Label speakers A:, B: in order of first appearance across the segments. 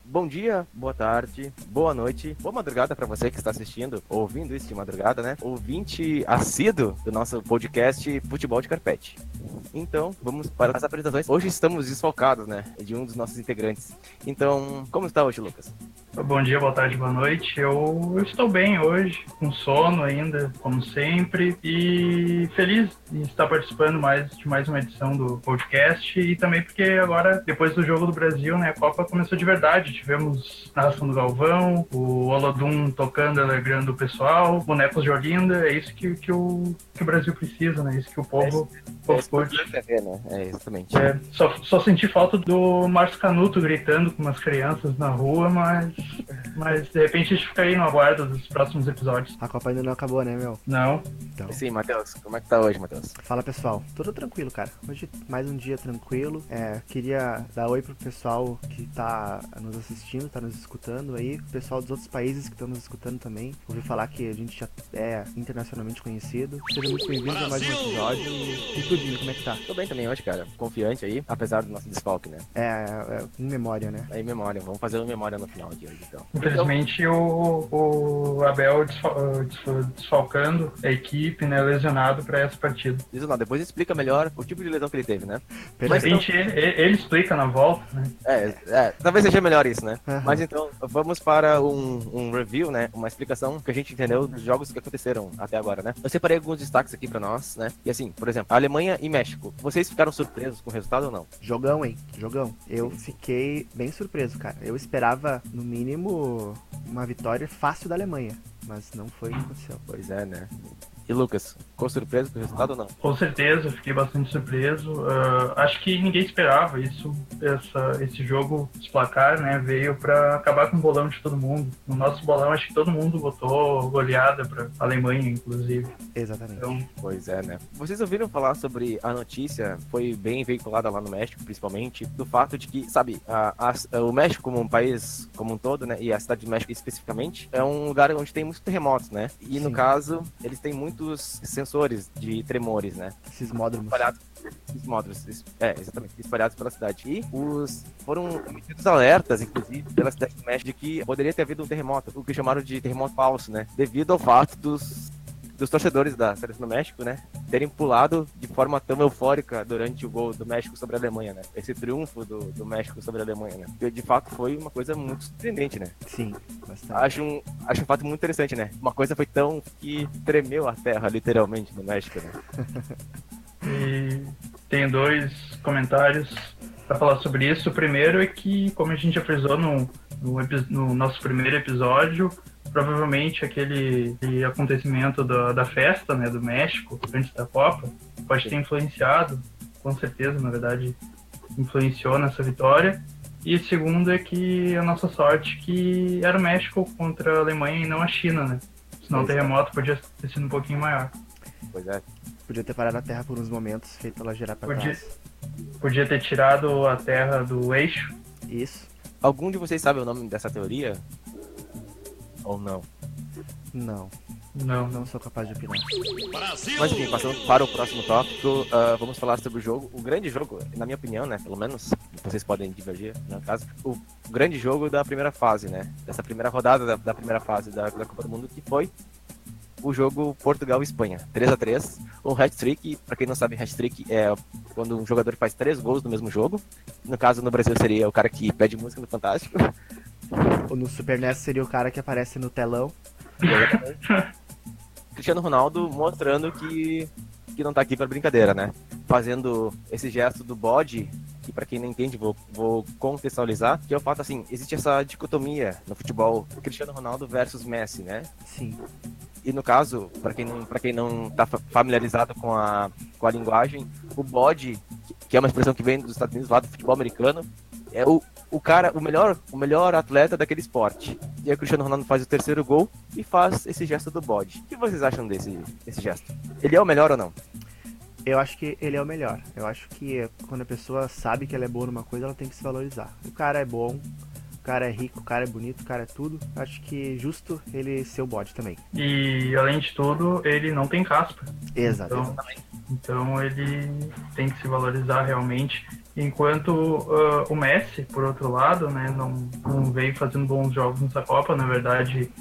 A: Bom dia, boa tarde, boa noite, boa madrugada para você que está assistindo, ouvindo isso de madrugada, né? Ouvinte assíduo do nosso podcast Futebol de Carpete. Então, vamos para as apresentações. Hoje estamos desfocados, né? De um dos nossos integrantes. Então, como está hoje, Lucas?
B: Bom dia, boa tarde, boa noite. Eu estou bem hoje, com sono ainda, como sempre, e feliz em estar participando de mais uma edição do podcast, e também porque agora, depois do jogo do Brasil, né, a Copa começou de verdade. Tivemos narração do Galvão, o Olodum tocando, alegrando o pessoal, bonecos de Olinda. É isso que o Brasil precisa, né? É isso que o povo curte.
A: É, exatamente.
B: Só senti falta do Márcio Canuto gritando com umas crianças na rua, mas de repente a gente fica aí no aguardo dos próximos episódios.
C: A Copa ainda não acabou, né, meu?
B: Não.
C: Então.
A: Sim, Matheus, como é que tá hoje, Matheus?
C: Fala, pessoal. Tudo tranquilo, cara. Hoje mais um dia tranquilo. Queria dar oi pro pessoal que tá nos assistindo, tá nos escutando aí. O pessoal dos outros países que estão nos escutando também. Ouvi falar que a gente já é internacionalmente conhecido. Sejam muito bem-vindos a mais um episódio. E Tudinho, como é que tá?
A: Tô bem também hoje, cara. Confiante aí, apesar do nosso desfalque, né?
C: Em memória, né?
A: É em memória. Vamos fazer uma memória no final de hoje, então.
B: Infelizmente, o Abel desfalcando a equipe, né, lesionado para essa partida.
A: Isso não, depois explica melhor o tipo de lesão que ele teve, né?
B: De repente, ele explica na volta, né?
A: Talvez seja melhor isso, né?
C: Uhum.
A: Mas então, vamos para um review, né? Uma explicação que a gente entendeu dos jogos que aconteceram até agora, né? Eu separei alguns destaques aqui pra nós, né? E assim, por exemplo, Alemanha e México. Vocês ficaram surpresos com o resultado ou não?
C: Jogão, hein? Jogão. Eu fiquei bem surpreso, cara. Eu esperava, no mínimo, uma vitória fácil da Alemanha. Mas não foi o que aconteceu.
A: Pois é, né? E Lucas, ficou surpreso com o resultado ou não?
B: Com certeza, fiquei bastante surpreso. Acho que ninguém esperava isso. Esse jogo, esse placar, né, veio para acabar com o bolão de todo mundo. No nosso bolão, acho que todo mundo votou goleada para Alemanha, inclusive.
C: Exatamente.
B: Então,
A: pois é, né? Vocês ouviram falar sobre a notícia, foi bem veiculada lá no México, principalmente, do fato de que, sabe, o México como um país como um todo, né, e a cidade de México especificamente, é um lugar onde tem muitos terremotos, né? E
C: Sim.
A: no caso, eles têm muitos sensores de tremores, né?
C: Sismódromos.
A: Espalhados pela cidade. E foram emitidos alertas, inclusive, pela cidade do México, de que poderia ter havido um terremoto, o que chamaram de terremoto falso, né? Devido ao fato dos torcedores da seleção do México, né, terem pulado de forma tão eufórica durante o gol do México sobre a Alemanha, né? Esse triunfo do México sobre a Alemanha, né? Que de fato foi uma coisa muito surpreendente, né?
C: Sim, bastante.
A: Acho um fato muito interessante, né? Uma coisa foi tão que tremeu a terra, literalmente, no México, né?
B: E tenho dois comentários para falar sobre isso. O primeiro é que, como a gente já frisou no nosso primeiro episódio, provavelmente aquele acontecimento da festa, né, do México, antes da Copa, pode ter influenciado, com certeza, na verdade, influenciou nessa vitória. E o segundo é que a nossa sorte que era o México contra a Alemanha e não a China, né? Senão o terremoto podia ter sido um pouquinho maior.
A: Pois é.
C: Podia ter parado a Terra por uns momentos, feito ela girar pra trás.
B: Podia ter tirado a Terra do eixo.
C: Isso.
A: Algum de vocês sabe o nome dessa teoria? Ou não?
C: Não. Não sou capaz de opinar.
A: Mas enfim, passando para o próximo tópico, vamos falar sobre o jogo. O grande jogo, na minha opinião, né? Pelo menos, vocês podem divergir, no caso. O grande jogo da primeira fase, né? Dessa primeira rodada da primeira fase da Copa do Mundo, que foi o jogo Portugal-Espanha. 3-3. Um hat-trick, pra quem não sabe, hat-trick é quando um jogador faz 3 gols no mesmo jogo. No caso, no Brasil, seria o cara que pede música no Fantástico.
C: Ou no Super NES seria o cara que aparece no telão.
A: Cristiano Ronaldo mostrando que não tá aqui pra brincadeira, né? Fazendo esse gesto do bode, que pra quem não entende, vou contextualizar, que é o fato assim, existe essa dicotomia no futebol, Cristiano Ronaldo versus Messi, né?
C: Sim.
A: E no caso, pra quem não tá familiarizado com a linguagem, o bode, que é uma expressão que vem dos Estados Unidos, lá do futebol americano, é o melhor atleta daquele esporte. E aí o Cristiano Ronaldo faz o terceiro gol e faz esse gesto do bode. O que vocês acham desse gesto? Ele é o melhor ou não?
C: Eu acho que ele é o melhor. Eu acho que quando a pessoa sabe que ela é boa numa coisa, ela tem que se valorizar. O cara é bom, o cara é rico, o cara é bonito, o cara é tudo. Acho que é justo ele ser o bode também.
B: E, além de tudo, ele não tem caspa.
C: Exatamente.
B: Então ele tem que se valorizar realmente. enquanto o Messi, por outro lado, né, não veio fazendo bons jogos nessa Copa, na verdade,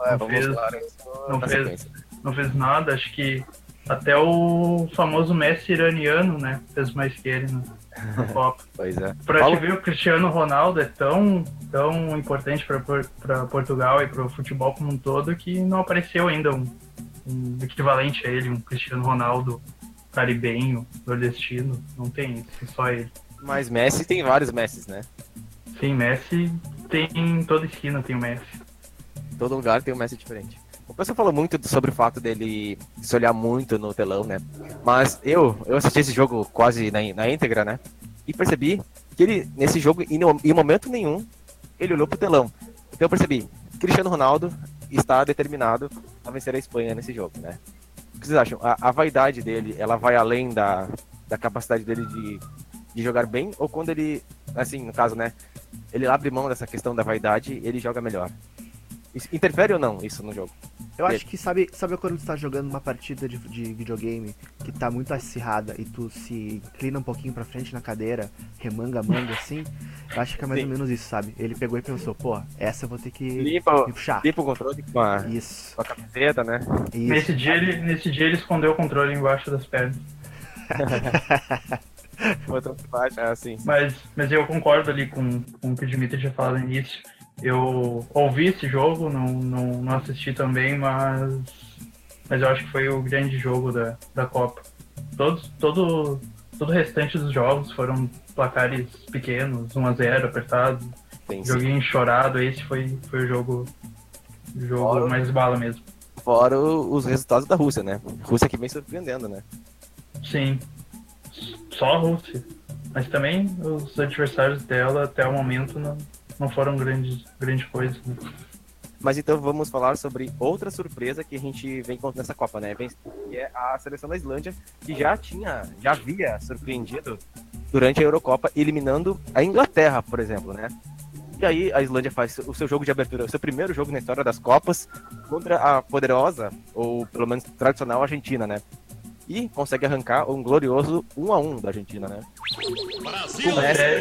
B: não fez nada. Acho que até o famoso Messi iraniano, né, fez mais que ele na Copa.
A: Pois é.
B: Pra te ver, o Cristiano Ronaldo é tão importante para Portugal e para o futebol como um todo que não apareceu ainda um equivalente a ele, um Cristiano Ronaldo caribenho, nordestino. Não tem isso, só ele.
A: Mas Messi tem vários Messis, né?
B: Sim, Messi tem em toda esquina, tem o Messi.
A: Todo lugar tem um Messi diferente. O pessoal falou muito sobre o fato dele se olhar muito no telão, né? Mas eu assisti esse jogo quase na íntegra, né? E percebi que ele, nesse jogo, em momento nenhum, ele olhou pro telão. Então eu percebi, Cristiano Ronaldo está determinado a vencer a Espanha nesse jogo, né? O que vocês acham? A vaidade dele, ela vai além da capacidade dele de jogar bem? Ou quando ele, assim, no caso, né? Ele abre mão dessa questão da vaidade, ele joga melhor? Interfere ou não isso no jogo?
C: Eu acho que sabe quando tu tá jogando uma partida de videogame que tá muito acirrada e tu se inclina um pouquinho pra frente na cadeira, remanga a manga assim? Eu acho que é mais ou menos isso, sabe? Ele pegou e pensou, pô, essa eu vou ter que me puxar.
A: Limpa o controle com a camiseta, né?
B: Isso. Nesse dia ele escondeu o controle embaixo das pernas.
A: Botou por baixo, assim.
B: Mas eu concordo ali com o que o Dimitri já falou no início. Eu ouvi esse jogo, não assisti também, mas eu acho que foi o grande jogo da Copa. Todo o restante dos jogos foram placares pequenos, 1-0, apertado, joguinho chorado. Esse foi o jogo mais bala mesmo.
A: Fora os resultados da Rússia, né? Rússia que vem surpreendendo, né?
B: Sim, só a Rússia. Mas também os adversários dela até o momento não foram grande coisa, né?
A: Mas então vamos falar sobre outra surpresa que a gente vem com nessa Copa, né? Que é a seleção da Islândia, que já havia surpreendido durante a Eurocopa, eliminando a Inglaterra, por exemplo, né? E aí a Islândia faz o seu jogo de abertura, o seu primeiro jogo na história das Copas, contra a poderosa, ou pelo menos tradicional, Argentina, né? E consegue arrancar um glorioso 1-1 da Argentina, né?
B: Brasil!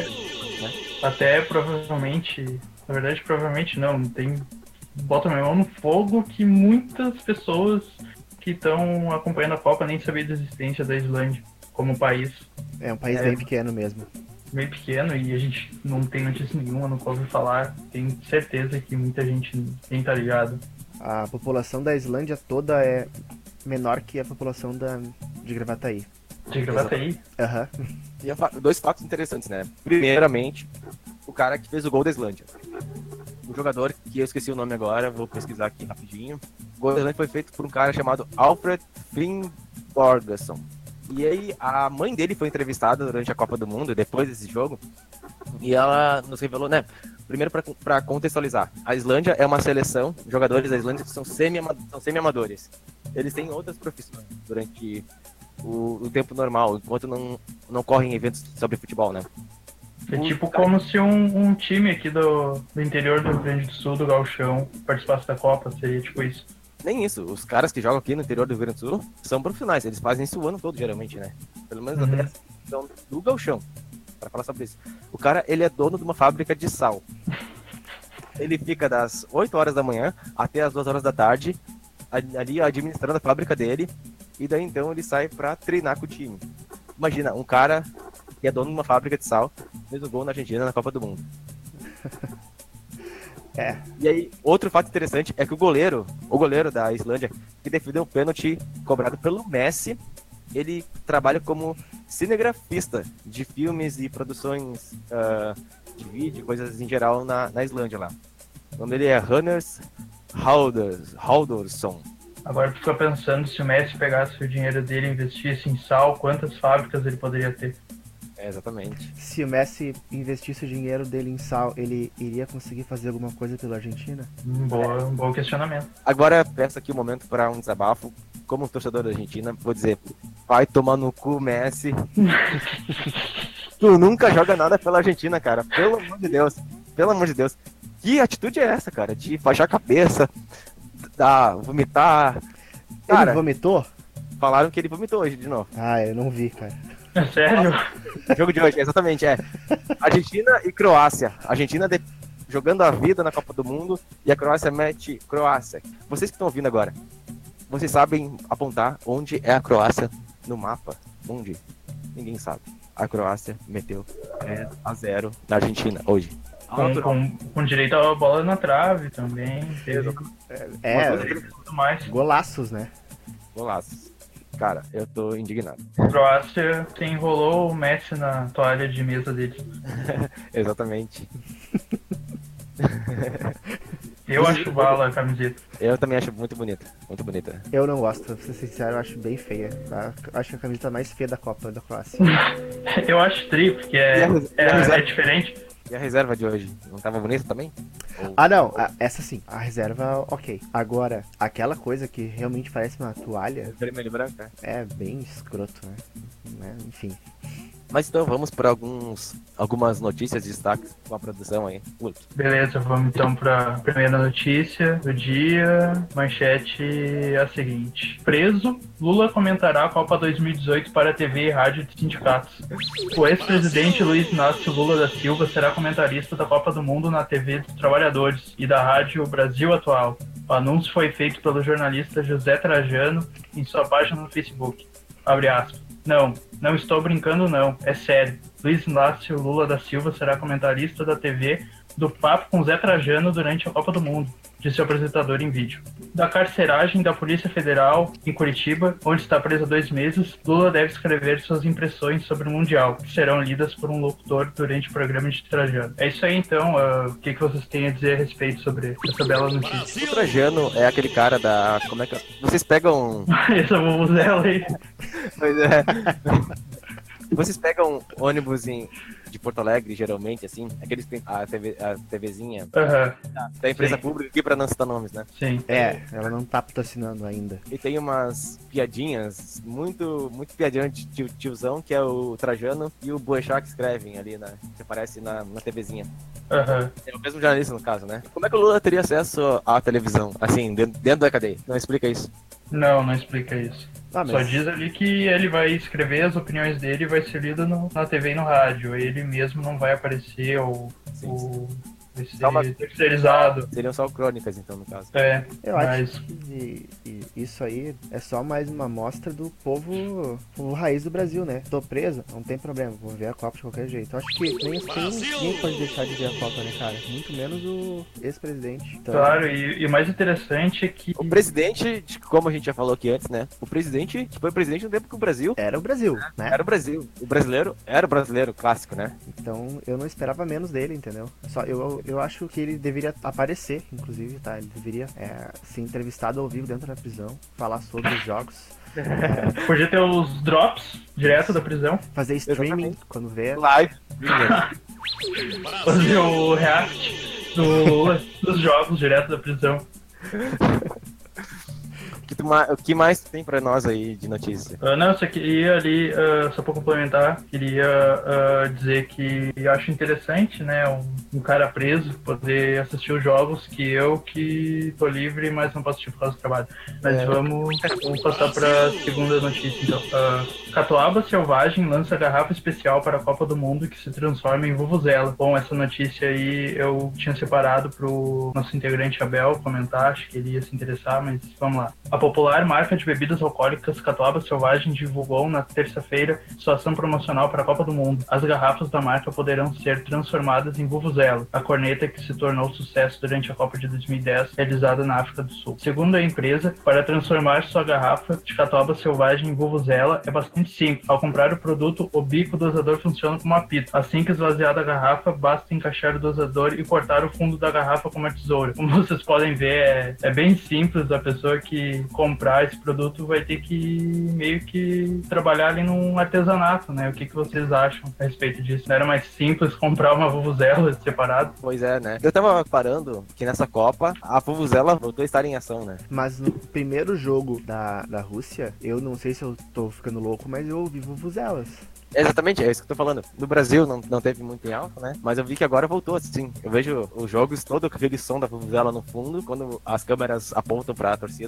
B: Até provavelmente, na verdade provavelmente não, bota minha mão no fogo que muitas pessoas que estão acompanhando a Copa nem sabiam da existência da Islândia como país.
C: É um país bem pequeno mesmo.
B: Bem pequeno, e a gente não tem notícia nenhuma, não ouve falar. Tenho certeza que muita gente nem tá ligado.
C: A população da Islândia toda é menor que a população de Gravataí.
B: De Gravataí?
C: Aham.
A: E dois fatos interessantes, né? Primeiramente, o cara que fez o gol da Islândia. Um jogador que eu esqueci o nome agora, vou pesquisar aqui rapidinho. O gol da Islândia foi feito por um cara chamado Alfred Finnbogason. E aí, a mãe dele foi entrevistada durante a Copa do Mundo, depois desse jogo, e ela nos revelou, né? Primeiro, para contextualizar, a Islândia é uma seleção, jogadores da Islândia que são semi-amadores. Eles têm outras profissões durante o tempo normal, enquanto não correm eventos sobre futebol, né?
B: É tipo como se um time aqui do interior do Rio Grande do Sul, do Gauchão, participasse da Copa, seria tipo isso.
A: Nem isso, os caras que jogam aqui no interior do Rio Grande do Sul são profissionais, eles fazem isso o ano todo, geralmente, né? Pelo menos até a seleção do Gauchão, pra falar sobre isso. O cara, ele é dono de uma fábrica de sal. Ele fica das 8 horas da manhã até as 2 horas da tarde, ali administrando a fábrica dele, e daí então ele sai pra treinar com o time. Imagina, um cara que é dono de uma fábrica de sal, fez o gol na Argentina na Copa do Mundo.
C: É.
A: E aí, outro fato interessante é que o goleiro da Islândia, que defendeu um pênalti cobrado pelo Messi, ele trabalha como cinegrafista de filmes e produções de vídeo, coisas em geral na Islândia lá. O nome dele é Hannes Halldórsson.
B: Agora tu fica pensando, se o Messi pegasse o dinheiro dele e investisse em sal, quantas fábricas ele poderia ter?
A: Exatamente.
C: Se o Messi investisse o dinheiro dele em sal, ele iria conseguir fazer alguma coisa pela Argentina?
B: Um bom questionamento.
A: Agora peço aqui um momento para um desabafo. Como torcedor da Argentina, vou dizer, vai tomar no cu, Messi. Tu nunca joga nada pela Argentina, cara. Pelo amor de Deus. Pelo amor de Deus. Que atitude é essa, cara? De baixar a cabeça, vomitar. Cara,
C: ele vomitou?
A: Falaram que ele vomitou hoje de novo.
C: Ah, eu não vi, cara.
B: É sério?
A: O jogo de hoje, exatamente, é. Argentina e Croácia. Argentina jogando a vida na Copa do Mundo e a Croácia mete Croácia. Vocês que estão ouvindo agora, vocês sabem apontar onde é a Croácia no mapa? Onde? Ninguém sabe. A Croácia meteu 3-0 na Argentina hoje.
B: Com direito a bola na trave também.
C: Tudo
B: mais.
C: Golaços, né?
A: Golaços. Cara, eu tô indignado.
B: Croácia que enrolou o Messi na toalha de mesa dele.
A: Exatamente.
B: Eu acho bala a camiseta.
A: Eu também acho muito bonita. Muito bonita.
C: Eu não gosto, pra ser sincero, eu acho bem feia. Acho a camiseta mais feia da Copa da Croácia.
B: Eu acho tri, porque é diferente.
A: E a reserva de hoje? Não tava bonita também?
C: Não, essa sim, a reserva, ok. Agora, aquela coisa que realmente parece uma toalha.
A: Vermelho e branco, né?
C: É bem escroto, né? Enfim.
A: Mas então vamos para algumas notícias de destaque com a produção aí.
B: Beleza, vamos então para a primeira notícia do dia. Manchete é a seguinte: preso, Lula comentará a Copa 2018 para a TV e rádio de sindicatos. O ex-presidente Luiz Inácio Lula da Silva será comentarista da Copa do Mundo na TV dos Trabalhadores e da rádio Brasil Atual. O anúncio foi feito pelo jornalista José Trajano em sua página no Facebook. Abre aspas. Não estou brincando não, é sério. Luiz Inácio Lula da Silva será comentarista da TV do Papo com Zé Trajano durante a Copa do Mundo, disse o apresentador em vídeo. Da carceragem da Polícia Federal em Curitiba, onde está preso há 2 meses, Lula deve escrever suas impressões sobre o Mundial, que serão lidas por um locutor durante o programa de Trajano. É isso aí então, o que vocês têm a dizer a respeito sobre essa bela notícia?
A: O Trajano é aquele cara da... Como é que... Vocês pegam...
B: Essa vuvuzela aí.
A: Pois é. Vocês pegam ônibus de Porto Alegre, geralmente, assim, aqueles que tem a TVzinha da empresa pública aqui, pra não citar nomes, né?
B: Sim.
C: Ela não tá patrocinando ainda.
A: E tem umas piadinhas, muito piadinha de tiozão, que é o Trajano e o Boechat que escrevem ali, que aparece na TVzinha. É o mesmo jornalista, no caso, né? Como é que o Lula teria acesso à televisão, assim, dentro da cadeia? Não explica isso.
B: Não explica isso. Só diz ali que ele vai escrever as opiniões dele e vai ser lido na TV e no rádio. Ele mesmo não vai aparecer ou vai ser terceirizado.
A: Seriam só crônicas, então, no caso.
C: Eu acho que isso aí é só mais uma amostra do povo raiz do Brasil, né? Tô preso, não tem problema, vou ver a Copa de qualquer jeito. Eu acho que ninguém pode deixar de ver a Copa, né, cara? Muito menos o ex-presidente. Então...
B: Claro, e o mais interessante é que...
A: O presidente, como a gente já falou aqui antes, né? O presidente que foi presidente no tempo que o Brasil...
C: Era o Brasil, né?
A: Era o Brasil. O brasileiro era o brasileiro clássico, né?
C: Então, eu não esperava menos dele, entendeu? Só eu acho que ele deveria aparecer, inclusive, tá? Ele deveria ser entrevistado ao vivo dentro da prisão, falar sobre os jogos.
B: Podia ter os drops direto da prisão.
C: Fazer streaming quando vê.
A: Live.
B: Fazer o react dos jogos direto da prisão.
A: O que mais tem pra nós aí de notícia?
B: Não, eu só queria ali, só pra complementar, queria dizer que acho interessante, né, um cara preso poder assistir os jogos que tô livre, mas não posso assistir por causa do trabalho. Mas vamos passar pra segunda notícia, então. Catuaba Selvagem lança garrafa especial para a Copa do Mundo que se transforma em vuvuzela. Bom, essa notícia aí eu tinha separado pro nosso integrante Abel comentar, acho que ele ia se interessar, mas vamos lá. A popular marca de bebidas alcoólicas Catuaba Selvagem divulgou na terça-feira sua ação promocional para a Copa do Mundo. As garrafas da marca poderão ser transformadas em vuvuzela, a corneta que se tornou sucesso durante a Copa de 2010, realizada na África do Sul. Segundo a empresa, para transformar sua garrafa de Catuaba Selvagem em vuvuzela é bastante simples. Ao comprar o produto, o bico dosador funciona como apito. Assim que esvaziada a garrafa, basta encaixar o dosador e cortar o fundo da garrafa com uma tesoura. Como vocês podem ver, é bem simples. A pessoa que comprar esse produto vai ter que meio que trabalhar ali num artesanato, né? O que vocês acham a respeito disso? Não era mais simples comprar uma vuvuzela separada?
A: Pois é, né? Eu tava parando que nessa Copa a vuvuzela voltou a estar em ação, né?
C: Mas no primeiro jogo da Rússia, eu não sei se eu tô ficando louco, mas eu ouvi vuvuzelas.
A: Exatamente, é isso que eu tô falando. No Brasil não teve muito em alta, né? Mas eu vi que agora voltou, assim. Eu vejo os jogos, todo aquele som da vuvuzela no fundo, quando as câmeras apontam pra torcida, tem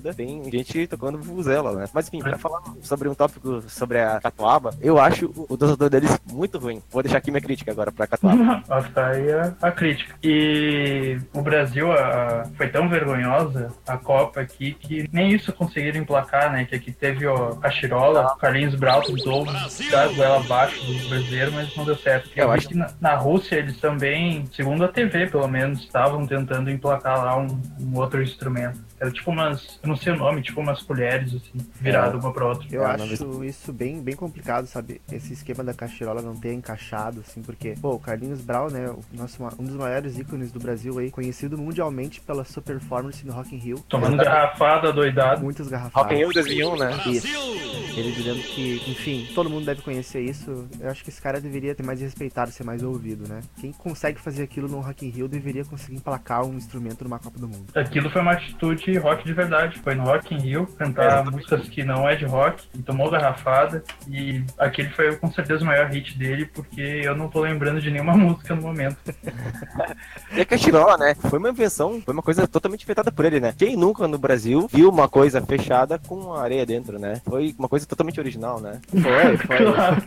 A: tem gente tocando vuvuzela, né? Mas enfim, pra falar sobre um tópico sobre a catuaba, eu acho o dançador deles muito ruim. Vou deixar aqui minha crítica agora pra catuaba.
B: Tá aí a crítica. E o Brasil foi tão vergonhosa a Copa aqui que nem isso conseguiram emplacar, né? Que aqui teve a Cachirola, o Carlinhos Brau tentou dar a goela abaixo do brasileiro, mas não deu certo. Eu acho que na Rússia eles também, segundo a TV pelo menos, estavam tentando emplacar lá um outro instrumento. Era tipo umas, eu não sei o nome, tipo umas colheres, assim, virado uma pra outra.
C: Eu acho isso bem complicado, sabe? Esse esquema da cachirola não ter encaixado, assim, porque, pô, o Carlinhos Brau, né, um dos maiores ícones do Brasil aí, conhecido mundialmente pela sua performance no Rock in Rio.
B: Tomando garrafada, doidado.
C: Muitas garrafadas.
A: Rock in Rio 2001, né?
C: Isso. Ele dizendo que, enfim, todo mundo deve conhecer isso. Eu acho que esse cara deveria ter mais respeitado, ser mais ouvido, né? Quem consegue fazer aquilo no Rock in Rio deveria conseguir emplacar um instrumento numa Copa do Mundo.
B: Aquilo foi uma atitude rock de verdade. Foi no Rock in Rio, cantar músicas que não é de rock, e tomou garrafada, e aquele foi com certeza o maior hit dele, porque eu não tô lembrando de nenhuma música no momento.
A: E a cachirola, né? Foi uma invenção, foi uma coisa totalmente inventada por ele, né? Quem nunca no Brasil viu uma coisa fechada com areia dentro, né? Foi uma coisa totalmente original, né? Foi.
B: Claro.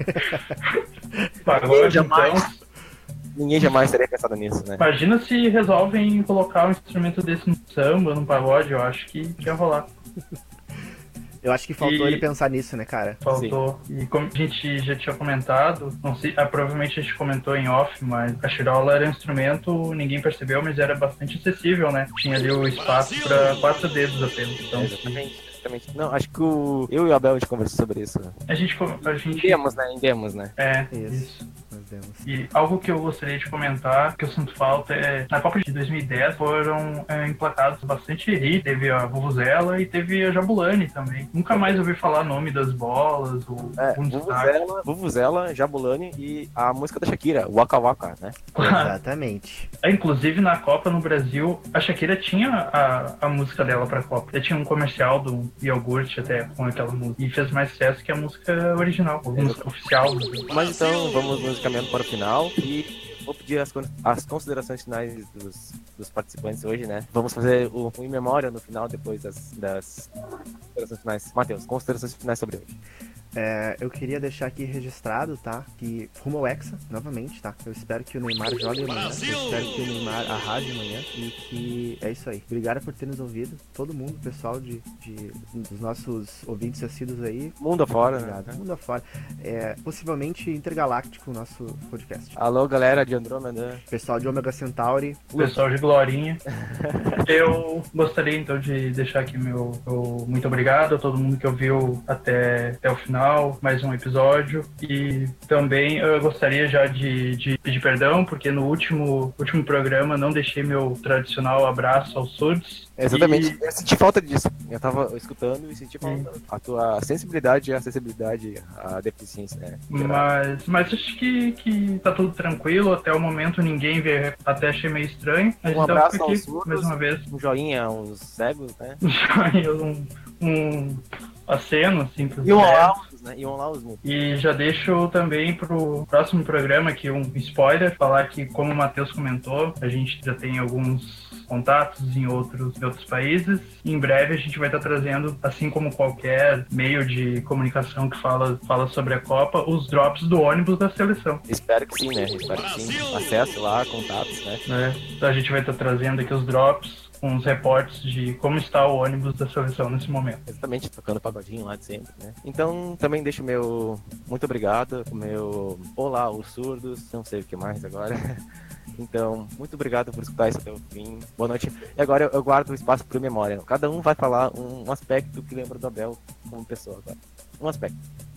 B: Pagode, então.
A: Ninguém jamais teria pensado nisso, né?
B: Imagina se resolvem colocar um instrumento desse no samba, no pagode, eu acho que ia rolar.
C: Eu acho que faltou ele pensar nisso, né, cara?
B: Faltou. Sim. E como a gente já tinha comentado, não sei, provavelmente a gente comentou em off, mas a cachirola era um instrumento, ninguém percebeu, mas era bastante acessível, né? Tinha ali o espaço para 4 dedos apenas. Então,
A: exatamente. Não, acho que eu e o Abel a gente conversou sobre isso.
B: A gente...
A: Demos, né?
B: É, isso. E algo que eu gostaria de comentar, que eu sinto falta, é na Copa de 2010 foram emplacados bastante hits. Teve a Vuvuzela e teve a Jabulani também. Nunca mais ouvi falar nome das bolas,
A: Vuvuzela, Jabulani e a música da Shakira, Waka Waka, né?
C: Exatamente.
B: Inclusive na Copa no Brasil, a Shakira tinha a música dela pra Copa. Ela tinha um comercial do iogurte até com aquela música. E fez mais sucesso que a música original, a música oficial.
A: Mas então vamos nos caminhando para o final e vou pedir as considerações finais dos participantes hoje, né? Vamos fazer o In Memória no final, depois das considerações finais. Matheus, considerações finais sobre hoje.
C: Eu queria deixar aqui registrado, tá? Que rumo ao Hexa, novamente, tá? Eu espero que o Neymar jogue amanhã. Eu espero que o Neymar arrase amanhã. E que é isso aí. Obrigado por ter nos ouvido. Todo mundo, pessoal dos nossos ouvintes assíduos aí.
A: Mundo afora,
C: obrigado.
A: Né?
C: Mundo afora. Possivelmente intergaláctico o nosso podcast.
A: Alô, galera de Andrômeda.
C: Pessoal de Ômega Centauri.
B: Pessoal de Glorinha. Eu gostaria, então, de deixar aqui meu muito obrigado a todo mundo que ouviu até o final. Mais um episódio, e também eu gostaria já de pedir perdão, porque no último programa não deixei meu tradicional abraço aos surdos.
A: Exatamente, eu senti falta disso. Eu tava escutando e senti falta a tua sensibilidade e acessibilidade à deficiência, né?
B: Mas acho que tá tudo tranquilo, até o momento ninguém veio, até achei meio estranho. Mas
A: um abraço
B: então,
A: aos surdos,
B: mais uma vez.
A: Um joinha aos cegos, né?
B: Um joinha, um aceno, assim, pros
A: E um lá os mudos.
B: E já deixo também pro próximo programa aqui um spoiler, falar que, como o Matheus comentou, a gente já tem alguns contatos em outros países. E em breve a gente vai estar trazendo, assim como qualquer meio de comunicação que fala sobre a Copa, os drops do ônibus da seleção.
A: Espero que sim, né? Espero que sim. Acesso lá, contatos, né?
B: Então a gente vai estar trazendo aqui os drops, com os reportes de como está o ônibus da seleção nesse momento.
A: Exatamente, tocando pagodinho lá de sempre, né? Então, também deixo o meu muito obrigado, o meu olá, os surdos, não sei o que mais agora. Então, muito obrigado por escutar isso até o fim. Boa noite. E agora eu guardo o espaço para memória. Cada um vai falar um aspecto que lembra do Abel como pessoa agora. Um aspecto.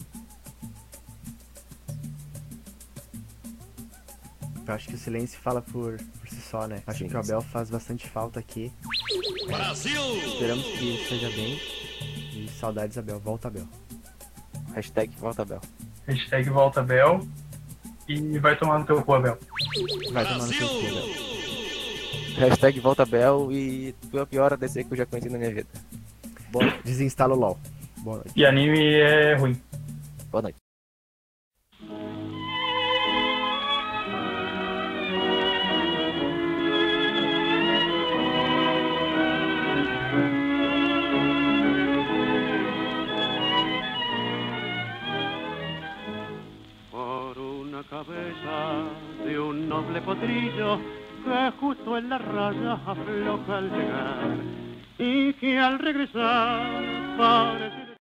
C: Eu acho que o silêncio fala por si só, né? Acho que o Abel faz bastante falta aqui.
D: Brasil!
C: Esperamos que ele esteja bem. E saudades, Abel. Volta, Abel.
A: Hashtag volta, Abel.
B: Hashtag volta, Abel. E vai tomar no teu cu, Abel.
C: Vai tomar no teu cu, Abel.
A: Hashtag volta, Abel. E foi a pior ADC que eu já conheci na minha vida. Boa noite.
C: Desinstala o LOL. Boa noite.
B: E anime é ruim.
A: Boa noite.
D: doble potrillo que justo en la raya afloja al llegar y que al regresar parece